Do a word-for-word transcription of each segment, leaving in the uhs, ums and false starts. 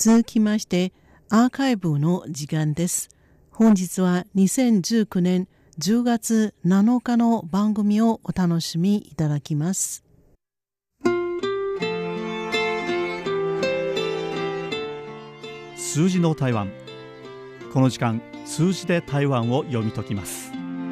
続きましてアーカイブの時間です。本日はにせんじゅうきゅうねんじゅうがつなのかの番組をお楽しみいただきます。 数字の台湾。この時間、数字で台湾を読み解きます。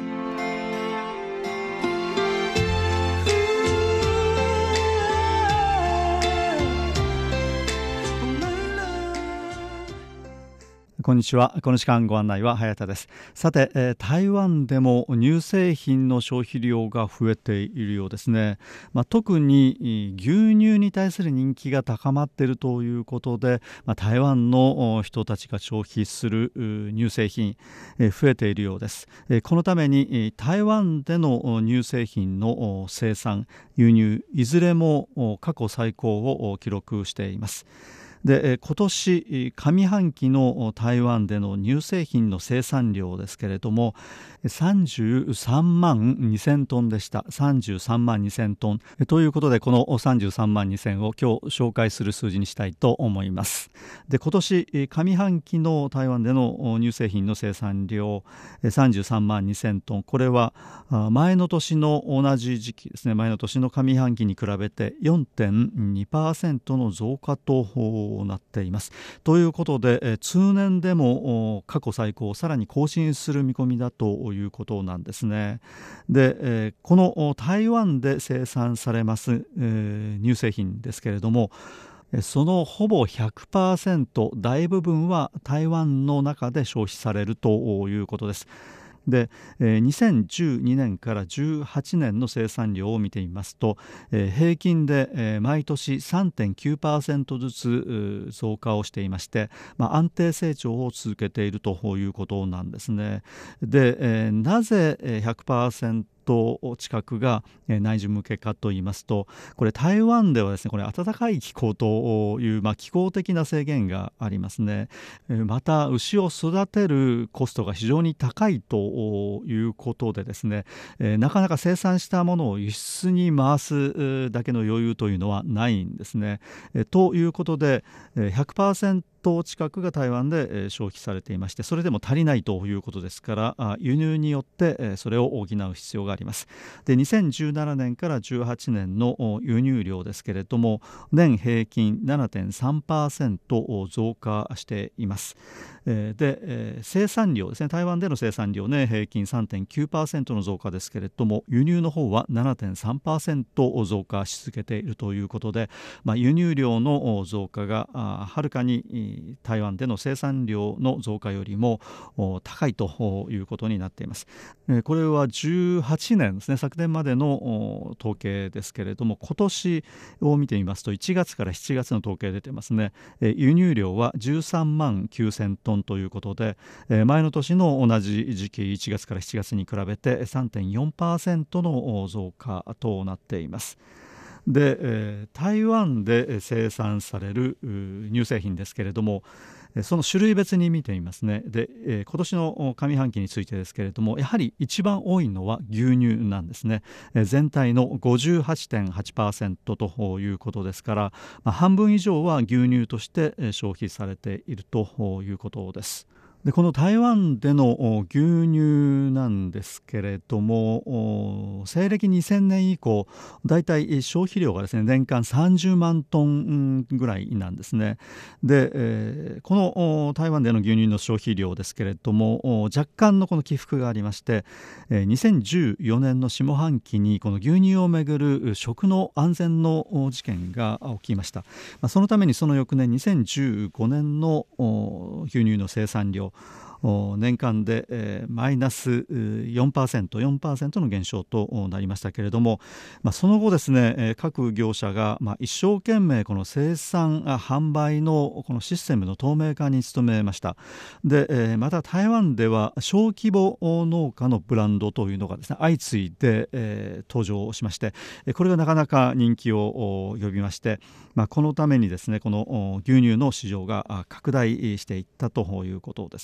こんにちは。この時間ご案内は早田です。さて、えー、台湾でも乳製品の消費量が増えているようですね。まあ、特に牛乳に対する人気が高まっているということで、まあ、台湾の人たちが消費する乳製品、えー、増えているようです。えー、このために台湾での乳製品の生産、輸入いずれも過去最高を記録しています。で今年上半期の台湾での乳製品の生産量ですけれどもさんじゅうさんまんにせんトンでした。さんじゅうさんまんにせんトンということで、このさんじゅうさんまんにせんを今日紹介する数字にしたいと思います。で今年上半期の台湾での乳製品の生産量さんじゅうさんまんにせんトン、これは前の年の同じ時期ですね、前の年の上半期に比べて よんてんにパーセント の増加となっています。ということで通年でも過去最高をさらに更新する見込みだということなんですね。でこの台湾で生産されます乳製品ですけれども、そのほぼ ひゃくパーセント 大部分は台湾の中で消費されるということです。でにせんじゅうにねんからじゅうはちねんの生産量を見てみますと、平均で毎年 さんてんきゅうパーセント ずつ増加をしていまして、まあ、安定成長を続けているということなんですね。でなぜ ひゃくパーセント近くが内需向けかといいますと、これ台湾ではですね、これ暖かい気候という、まあ、気候的な制限がありますね。また牛を育てるコストが非常に高いということでですね、なかなか生産したものを輸出に回すだけの余裕というのはないんですね。ということで ひゃくパーセント近くが台湾で消費されていまして、それでも足りないということですから、輸入によってそれを補う必要があります。でにせんじゅうななねんからじゅうはちねんの輸入量ですけれども、年平均 ななてんさんパーセント 増加しています。で生産量ですね、台湾での生産量ね、平均 さんてんきゅうパーセント の増加ですけれども、輸入の方は ななてんさんパーセント 増加し続けているということで、まあ、輸入量の増加がはるかに台湾での生産量の増加よりも高いということになっています。これはじゅうはちねんですね、昨年までの統計ですけれども、今年を見てみますといちがつからしちがつの統計出てますね。輸入量はじゅうさんまんきゅうせんトンということで、前の年の同じ時期いちがつからしちがつに比べて さんてんよんパーセント の増加となっています。で、えー、台湾で生産される乳製品ですけれども、その種類別に見てみますね。で、えー、今年の上半期についてですけれども、やはり一番多いのは牛乳なんですね。えー、全体の ごじゅうはちてんはちパーセント ということですから、まあ、半分以上は牛乳として消費されているということです。でこの台湾での牛乳なんですけれども、西暦にせんねん以降だいたい消費量がですね、年間さんじゅうまんトンぐらいなんですね。で、えー、この台湾での牛乳の消費量ですけれども、若干のこの起伏がありまして、にせんじゅうよねんの下半期にこの牛乳をめぐる食の安全の事件が起きました。そのためにその翌年にせんじゅうごねんの牛乳の生産量年間で、えー、マイナス よんパーセント、よんパーセント の減少となりましたけれども、まあ、その後ですね、各業者が、まあ、一生懸命この生産販売のこのシステムの透明化に努めました。で、えー、また台湾では小規模農家のブランドというのがですね、相次いで、えー、登場しまして、これがなかなか人気を呼びまして、まあ、このためにですね、この牛乳の市場が拡大していったということですね。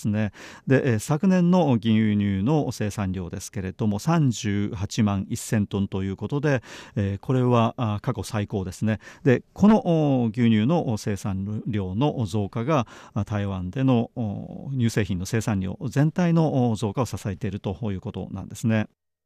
で、えー、昨年の牛乳の生産量ですけれどもさんじゅうはちまんせんトンということで、えー、これは過去最高ですね。でこの牛乳の生産量の増加が台湾での乳製品の生産量全体の増加を支えているということなんですね。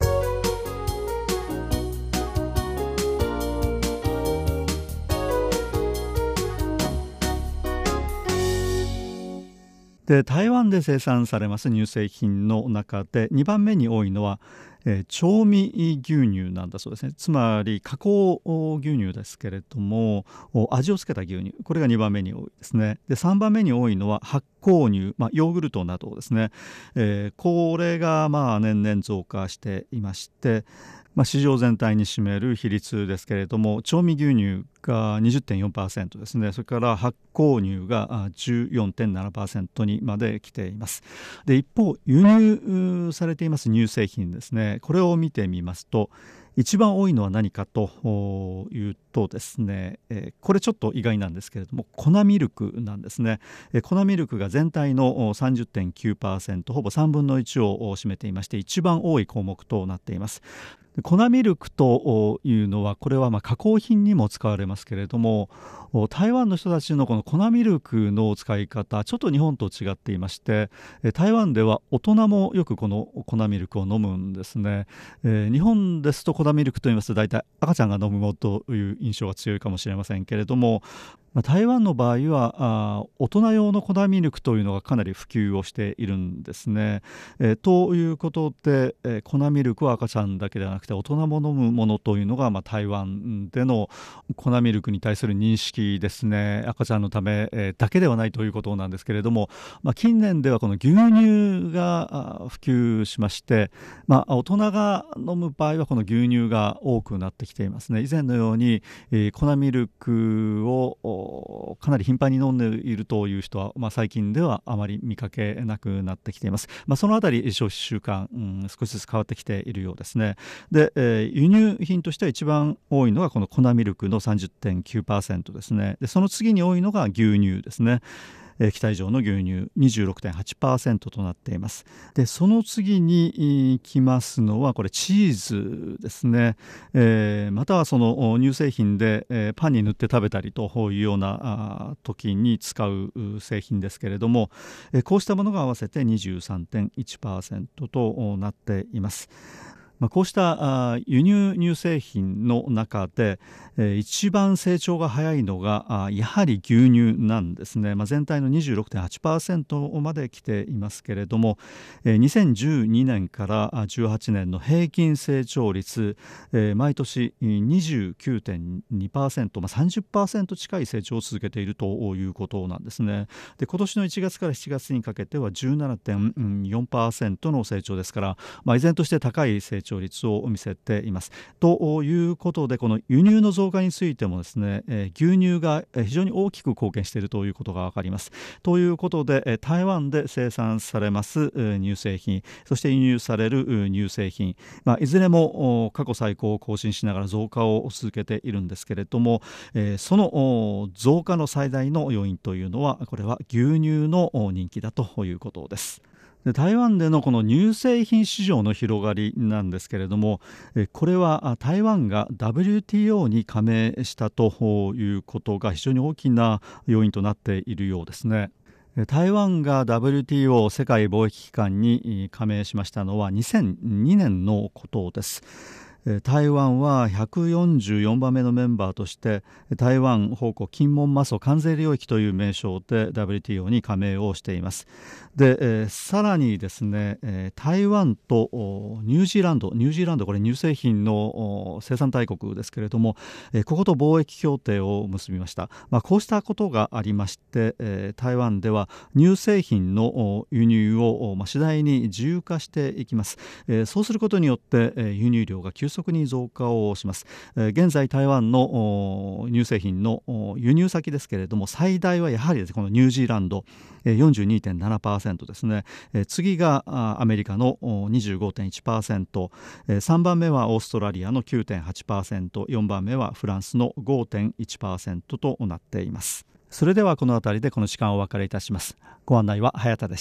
で台湾で生産されます乳製品の中でにばんめに多いのは、えー、調味牛乳なんだそうですね。つまり加工牛乳ですけれども味をつけた牛乳、これがにばんめに多いですね。でさんばんめに多いのは発酵乳、まあ、ヨーグルトなどですね、えー、これがまあ年々増加していまして、まあ、市場全体に占める比率ですけれども調味牛乳が にじゅってんよんパーセント ですね。それから発酵乳が じゅうよんてんななパーセント にまで来ています。で一方輸入されています乳製品ですね、これを見てみますと一番多いのは何かというとですね、えー、これちょっと意外なんですけれども粉ミルクなんですね。えー、粉ミルクが全体の さんじゅってんきゅうパーセント、ほぼさんぶんのいちを占めていまして一番多い項目となっています。粉ミルクというのはこれはまあ加工品にも使われますけれども台湾の人たちのこの粉ミルクの使い方ちょっと日本と違っていまして台湾では大人もよくこの粉ミルクを飲むんですね。えー、日本ですと粉ミルクと言いますと大体赤ちゃんが飲むものという印象が強いかもしれませんけれどもまあ、台湾の場合はあ大人用の粉ミルクというのがかなり普及をしているんですね。えー、ということで、えー、粉ミルクは赤ちゃんだけではなくて大人も飲むものというのが、まあ、台湾での粉ミルクに対する認識ですね。赤ちゃんのため、えー、だけではないということなんですけれども、まあ、近年ではこの牛乳が普及しまして、まあ、大人が飲む場合はこの牛乳が多くなってきていますね。以前のように、えー、粉ミルクをかなり頻繁に飲んでいるという人は、まあ、最近ではあまり見かけなくなってきています。まあ、そのあたり消費習慣、うん、少しずつ変わってきているようですね。で、えー、輸入品としては一番多いのがこの粉ミルクの さんじゅってんきゅうパーセント ですね。でその次に多いのが牛乳ですね。気体状の牛乳 にじゅうろくてんはちパーセント となっています。でその次に来ますのはこれチーズですね。えー、またはその乳製品で、えー、パンに塗って食べたりというような時に使う製品ですけれども、えー、こうしたものが合わせて にじゅうさんてんいちパーセント となっています。まあ、こうした輸入乳製品の中で、えー、一番成長が早いのがやはり牛乳なんですね。まあ、全体の にじゅうろくてんはちパーセント まで来ていますけれども、えー、にせんじゅうにねんからじゅうはちねんの平均成長率、えー、毎年 にじゅうきゅうてんにパーセント、まあ、さんじゅっパーセント 近い成長を続けているということなんですね。で今年のいちがつからしちがつにかけては じゅうななてんよんパーセント の成長ですから、まあ、依然として高い成長率を見せています。ということでこの輸入の増加についてもですね、えー、牛乳が非常に大きく貢献しているということが分かります。ということで台湾で生産されます乳製品、そして輸入される乳製品、まあ、いずれも過去最高を更新しながら増加を続けているんですけれども、えー、その増加の最大の要因というのはこれは牛乳の人気だということです。で台湾でのこの乳製品市場の広がりなんですけれども、これは台湾が ダブリューティーオー に加盟したということが非常に大きな要因となっているようですね。台湾が ダブリューティーオー 世界貿易機関に加盟しましたのはにせんにねんのことです。台湾はひゃくよんじゅうよんばんめのメンバーとして台湾宝庫金門馬祖関税領域という名称で ダブリューティーオー に加盟をしています。で、えー、さらにですね、えー、台湾とニュージーランドニュージーランドこれ乳製品の生産大国ですけれども、えー、ここと貿易協定を結びました。まあ、こうしたことがありまして、えー、台湾では乳製品の輸入を、まあ、次第に自由化していきます。えー、そうすることによって、えー、輸入量が急速に増加をします。えー、現在台湾の乳製品の輸入先ですけれども最大はやはりですね、このニュージーランド よんじゅうにてんななパーセント ですね。えー、次がアメリカの にじゅうごてんいちパーセント、えー、さんばんめはオーストラリアの きゅうてんはちパーセント、よんばんめはフランスの ごてんいちパーセント となっています。それではこのあたりでこの時間をお別れいたします。ご案内は早田でした。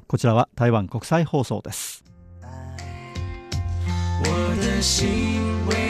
こちらは台湾国際放送です。 我的心为